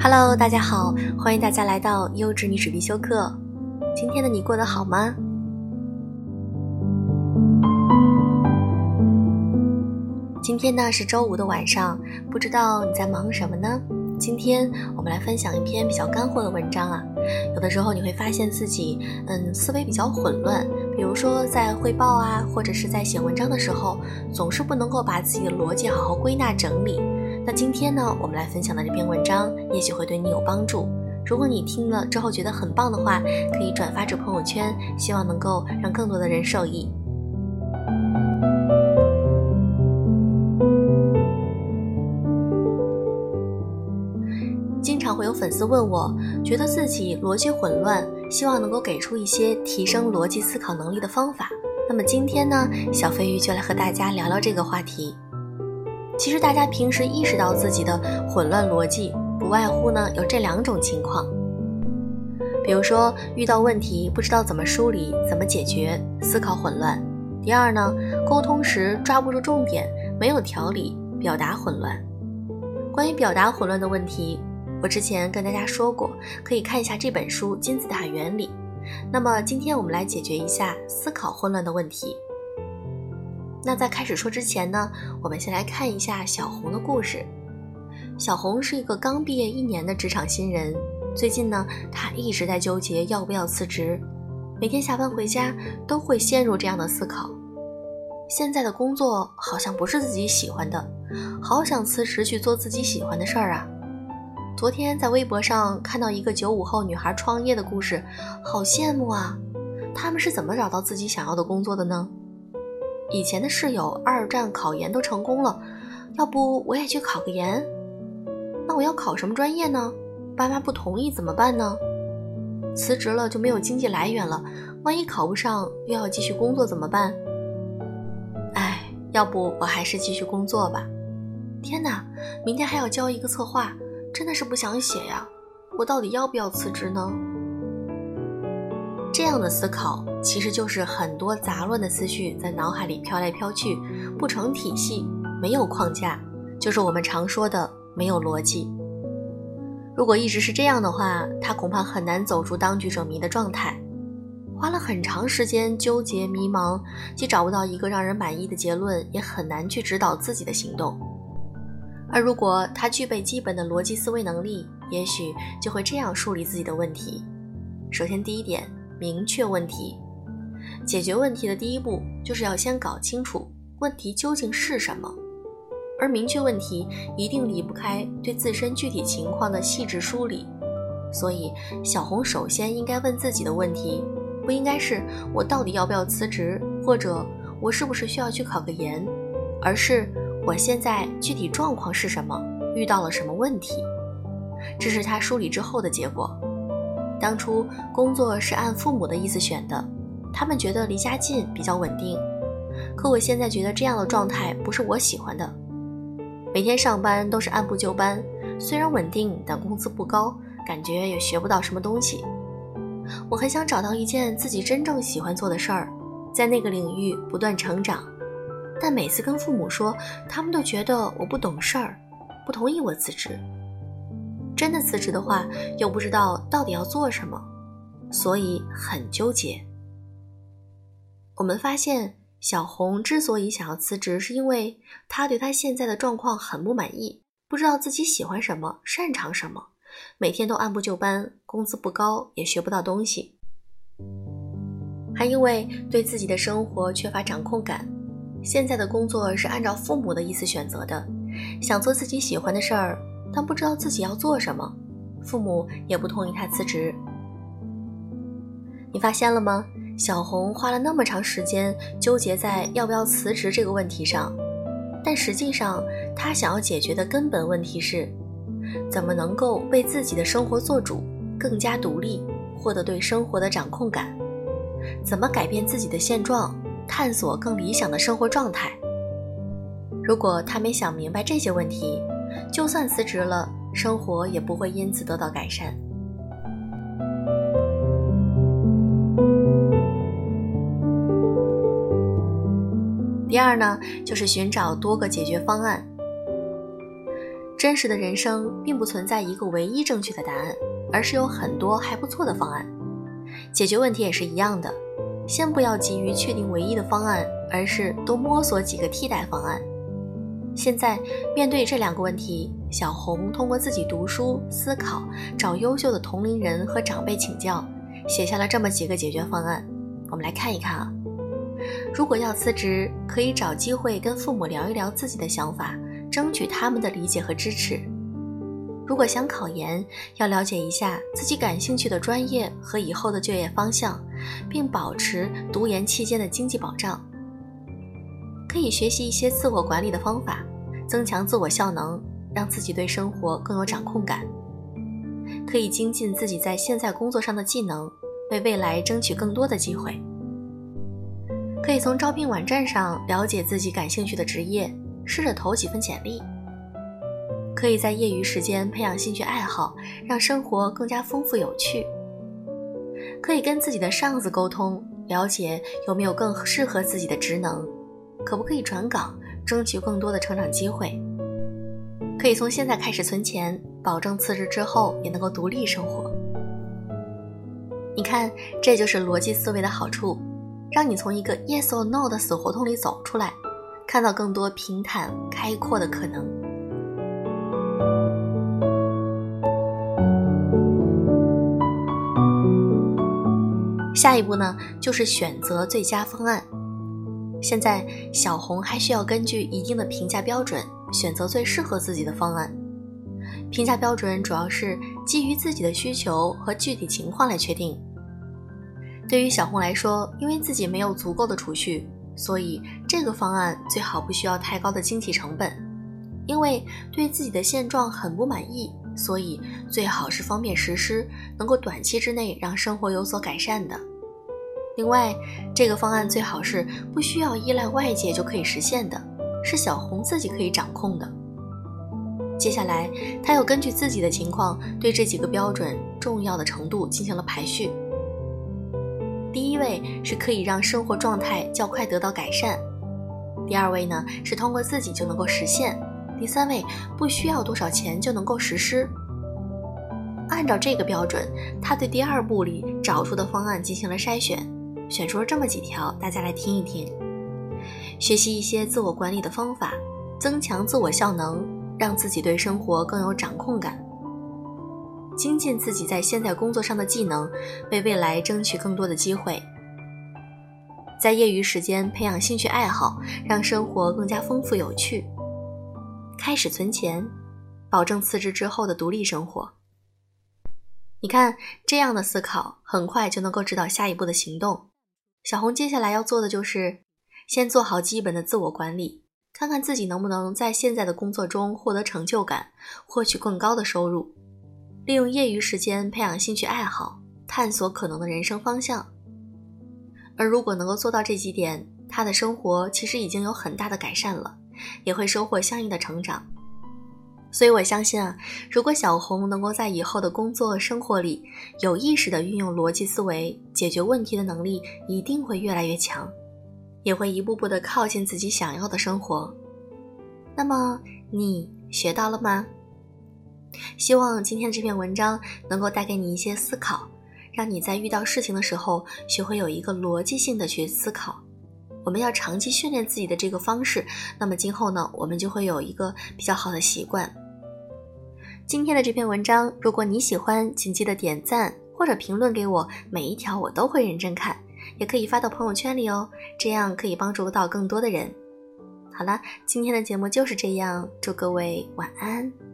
Hello， 大家好，欢迎大家来到优质女子必修课。今天的你过得好吗？今天呢是周五的晚上，不知道你在忙什么呢？今天我们来分享一篇比较干货的文章啊。有的时候你会发现自己思维比较混乱，比如说在汇报啊，或者是在写文章的时候，总是不能够把自己的逻辑好好归纳整理。那今天呢，我们来分享的这篇文章也许会对你有帮助。如果你听了之后觉得很棒的话，可以转发至朋友圈，希望能够让更多的人受益。经常会有粉丝问我，觉得自己逻辑混乱，希望能够给出一些提升逻辑思考能力的方法。那么今天呢，小飞鱼就来和大家聊聊这个话题。其实大家平时意识到自己的混乱逻辑，不外乎呢有这两种情况。比如说遇到问题不知道怎么梳理、怎么解决，思考混乱。第二呢，沟通时抓不住重点，没有条理，表达混乱。关于表达混乱的问题，我之前跟大家说过，可以看一下这本书《金字塔原理》。那么今天我们来解决一下思考混乱的问题。那在开始说之前呢，我们先来看一下小红的故事。小红是一个刚毕业1年的职场新人，最近呢，她一直在纠结要不要辞职，每天下班回家都会陷入这样的思考。现在的工作好像不是自己喜欢的，好想辞职去做自己喜欢的事儿啊。昨天在微博上看到一个95后女孩创业的故事，好羡慕啊！他们是怎么找到自己想要的工作的呢？以前的室友2战考研都成功了，要不我也去考个研？那我要考什么专业呢？爸妈不同意怎么办呢？辞职了就没有经济来源了，万一考不上又要继续工作怎么办？要不我还是继续工作吧。天哪，明天还要交一个策划，真的是不想写呀，我到底要不要辞职呢？这样的思考其实就是很多杂乱的思绪在脑海里飘来飘去，不成体系，没有框架，就是我们常说的没有逻辑。如果一直是这样的话，他恐怕很难走出当局者迷的状态，花了很长时间纠结迷茫，既找不到一个让人满意的结论，也很难去指导自己的行动。而如果他具备基本的逻辑思维能力，也许就会这样梳理自己的问题。首先第一点，明确问题。解决问题的第一步就是要先搞清楚问题究竟是什么，而明确问题一定离不开对自身具体情况的细致梳理。所以小红首先应该问自己的问题，不应该是我到底要不要辞职，或者我是不是需要去考个研，而是我现在具体状况是什么，遇到了什么问题。这是他梳理之后的结果。当初工作是按父母的意思选的，他们觉得离家近比较稳定，可我现在觉得这样的状态不是我喜欢的。每天上班都是按部就班，虽然稳定，但工资不高，感觉也学不到什么东西。我很想找到一件自己真正喜欢做的事儿，在那个领域不断成长，但每次跟父母说，他们都觉得我不懂事儿，不同意我辞职。真的辞职的话，又不知道到底要做什么，所以很纠结。我们发现小红之所以想要辞职，是因为她对她现在的状况很不满意，不知道自己喜欢什么，擅长什么，每天都按部就班，工资不高，也学不到东西。还因为对自己的生活缺乏掌控感，现在的工作是按照父母的意思选择的，想做自己喜欢的事儿，但不知道自己要做什么，父母也不同意他辞职。你发现了吗？小红花了那么长时间纠结在要不要辞职这个问题上，但实际上她想要解决的根本问题是，怎么能够为自己的生活做主，更加独立，获得对生活的掌控感，怎么改变自己的现状，探索更理想的生活状态。如果她没想明白这些问题，就算辞职了，生活也不会因此得到改善。第二呢，就是寻找多个解决方案。 真实的人生并不存在一个唯一正确的答案，而是有很多还不错的方案。解决问题也是一样的，先不要急于确定唯一的方案，而是多摸索几个替代方案。现在面对这2个问题，小红通过自己读书、思考，找优秀的同龄人和长辈请教，写下了这么几个解决方案。我们来看一看啊。如果要辞职，可以找机会跟父母聊一聊自己的想法，争取他们的理解和支持。如果想考研，要了解一下自己感兴趣的专业和以后的就业方向，并保持读研期间的经济保障。可以学习一些自我管理的方法，增强自我效能，让自己对生活更有掌控感。可以精进自己在现在工作上的技能，为未来争取更多的机会。可以从招聘网站上了解自己感兴趣的职业，试着投几份简历。可以在业余时间培养兴趣爱好，让生活更加丰富有趣。可以跟自己的上司沟通，了解有没有更适合自己的职能，可不可以转岗，争取更多的成长机会。可以从现在开始存钱，保证辞职之后也能够独立生活。你看，这就是逻辑思维的好处，让你从一个 yes or no 的死胡同里走出来，看到更多平坦开阔的可能。下一步呢，就是选择最佳方案。现在小红还需要根据一定的评价标准，选择最适合自己的方案。评价标准主要是基于自己的需求和具体情况来确定。对于小红来说，因为自己没有足够的储蓄，所以这个方案最好不需要太高的经济成本。因为对自己的现状很不满意，所以最好是方便实施，能够短期之内让生活有所改善的。另外，这个方案最好是不需要依赖外界就可以实现的，是小红自己可以掌控的。接下来，她又根据自己的情况，对这几个标准重要的程度进行了排序。第一位是可以让生活状态较快得到改善，第二位呢是通过自己就能够实现，第三位不需要多少钱就能够实施。按照这个标准，他对第2步里找出的方案进行了筛选，选出了这么几条，大家来听一听。学习一些自我管理的方法，增强自我效能，让自己对生活更有掌控感。精进自己在现在工作上的技能，为未来争取更多的机会。在业余时间培养兴趣爱好，让生活更加丰富有趣。开始存钱，保证辞职之后的独立生活。你看，这样的思考很快就能够指导下一步的行动。小红接下来要做的就是先做好基本的自我管理，看看自己能不能在现在的工作中获得成就感，获取更高的收入。利用业余时间培养兴趣爱好，探索可能的人生方向。而如果能够做到这几点，他的生活其实已经有很大的改善了，也会收获相应的成长。所以我相信啊，如果小红能够在以后的工作生活里有意识地运用逻辑思维，解决问题的能力一定会越来越强，也会一步步地靠近自己想要的生活。那么你学到了吗？希望今天的这篇文章能够带给你一些思考，让你在遇到事情的时候学会有一个逻辑性的去思考。我们要长期训练自己的这个方式，那么今后呢，我们就会有一个比较好的习惯。今天的这篇文章，如果你喜欢，请记得点赞或者评论给我，每一条我都会认真看，也可以发到朋友圈里哦，这样可以帮助到更多的人。好了，今天的节目就是这样，祝各位晚安。